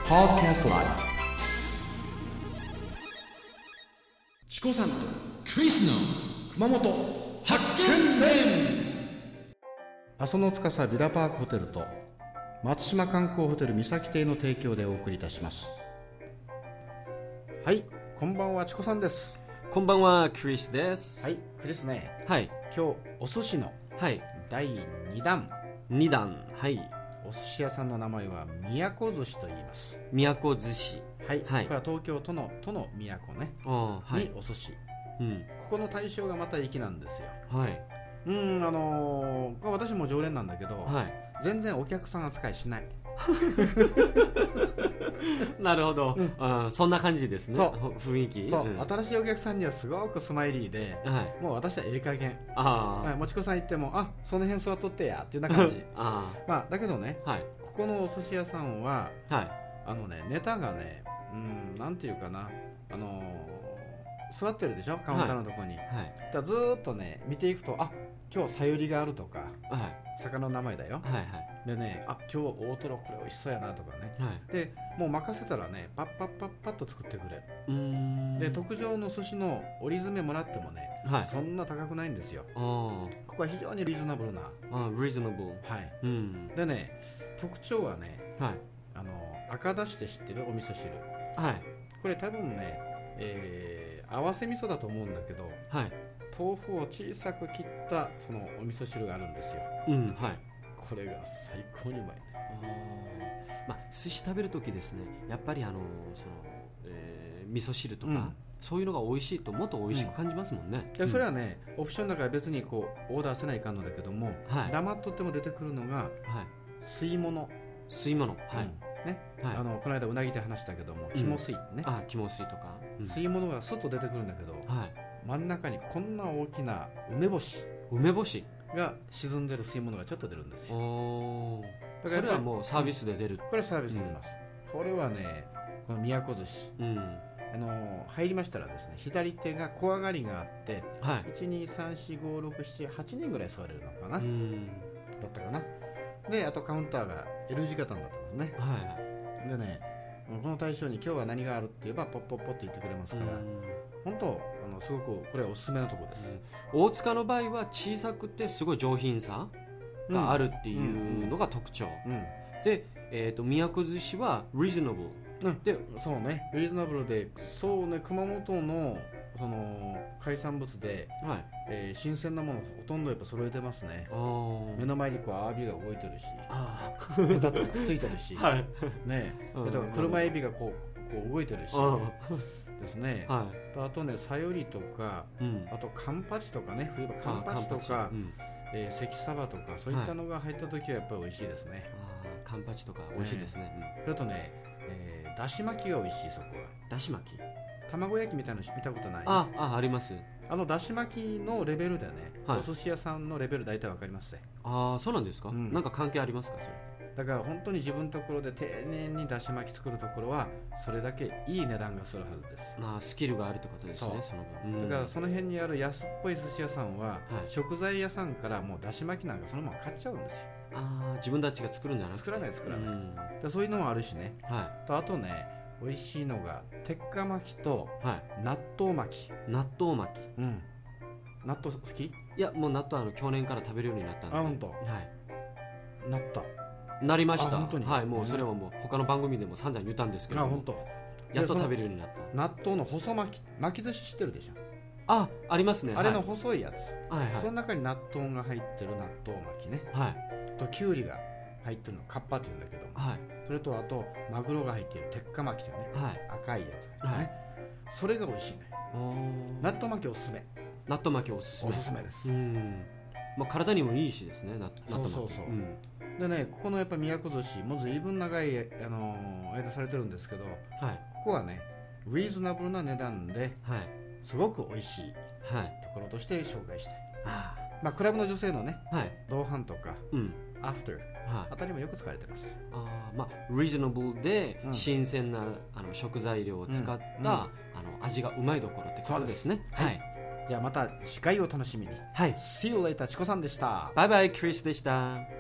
Podcast Live チコさんとクリスの熊本発見伝。 阿蘇の司ビラパークホテルと松島観光ホテル三崎邸の提供でお送りいたします。はい、こんばんは、チコさんです。 こんばんは、クリスです。 はい、クリスね、 はい、 今日お寿司のはい第2弾、 2弾、はい、 お寿司屋さんの名前は宮古寿司と言います。 宮古寿司、 はい、 はい、 これは東京都の都の都ね、 はい、 にお寿司、 うん、 ここの対象がまた粋なんですよ。 はい、 これ私も常連なんだけど、 はい、 全然お客さん扱いしない。 なるほど、そんな感じですね。 そう雰囲気、 そう、新しいお客さんにはすごくスマイリーで、 はい、 もう私はええ加減、 もちこさん行っても、あ、その辺座っとってやっていうような感じだけどね、 はい、 ここのお寿司屋さんは、 はい、 ネタがね、なんていうかな、座ってるでしょ、カウンターのところに、はい、だからずーっとね見ていくと、あ、今日さゆりがあるとか、はい、魚の名前だよ、はいはい、でね、あ、今日大トロこれ美味しそうやなとかね、はい、でもう任せたらね、パッパッパッパッと作ってくれる。で、特上の寿司の折り詰めもらってもね、はい、そんな高くないんですよ。ここは非常にリーズナブルな、 リーズナブル、 はい、でね、特徴はね、はい、赤だしで知ってるお味噌汁、はい、これ多分ね、合わせ味噌だと思うんだけど、はい、豆腐を小さく切ったそのお味噌汁があるんですよ、はい、これが最高にうまいね。 寿司食べるときですね、やっぱり味噌汁とか、そういうのが美味しいともっと美味しく感じますもんね。 でそれはね、オプションだから別にこうオーダーせないかんのだけども、はい、黙っとっても出てくるのが、はい、吸い物、はい、ね、はい、この間うなぎで話したけども、肝吸いね、 肝吸いとか、 吸い物がスッと出てくるんだけど、はい、真ん中にこんな大きな梅干しが沈んでる吸い物がちょっと出るんですよ。 だからそれはもうサービスで出る、 これはサービスで出ます、これはね、この宮古寿司、入りましたらですね、左手が小上がりがあって、はい、1234567 人ぐらい座れるのかな、だったかな。で、あとカウンターが L 字型になってますね、はい、でね、この対象に今日は何があるって言えばポッポッポって言ってくれますから、本当すごくこれはおすすめのところです。 大塚の場合は小さくてすごい上品さがあるっていうのが特徴、で、宮古寿司はリーズナブル、で、 そうね、リーズナブルで、そうね、熊本のその海産物で、はい、新鮮なものほとんどやっぱ揃えてますね。目の前にこうアワビが動いてるし、ペタッとくっついてるし、はい、ね、だから車エビがこう動いてるしですね、はい、あとね、さよりとか、あとカンパチとかね、冬場カンパチとか、関サバとか、そういったのが入った時はやっぱり美味しいですね。 カンパチとか美味しいですね。 あとね、だし巻きが美味しい。そこはだし巻き、 卵焼きみたいなの見たことない？ あります。 だし巻きのレベルでね、はい、お寿司屋さんのレベル大体わかりますね。 そうなんですか、なんか関係ありますか、それ。 だから本当に自分のところで丁寧にだし巻き作るところはそれだけいい値段がするはずです。 スキルがあるってことですね。その分、 だからその辺にある安っぽい寿司屋さんは、はい、食材屋さんからもうだし巻きなんかそのまま買っちゃうんですよ。 自分たちが作るんじゃなくて。 作らない、でそういうのもあるしね、はい、あとね、美味しいのが鉄火巻きと納豆巻き、 納豆巻き、 納豆好き？ いや、もう納豆去年から食べるようになったんで。 本当？はい、 なりました。 本当に？ はい、もうそれはもう他の番組でも散々言ったんですけど、 本当、 やっと食べるようになった。 納豆の細巻き寿司知ってるでしょ？ ありますね。 あれの細いやつ、 はいはい、 その中に納豆が入ってる納豆巻きね、はい、ときゅうりが入ってるのカッパっていうんだけど、はい、それとあとマグロが入っている鉄火巻きというね、はい、赤いやつがね、はい、それが美味しいね。納豆巻きおすすめ。 納豆巻きおすすめです。 体にもいいしですね、納豆巻き。 そう、でね、ここのやっぱ宮古寿司もう随分長い間されてるんですけど、はい、ここはねリーズナブルな値段で、はい、すごく美味しいところとして紹介したい。クラブの女性のね、はい、同伴とか、アフターあたりもよく使われてます。 リーズナブルで新鮮な食材料を使った、味がうまいところってことですね。はい、 じゃあまた次回を楽しみに。はい、See you later、チコさんでした。 バイバイ、クリスでした。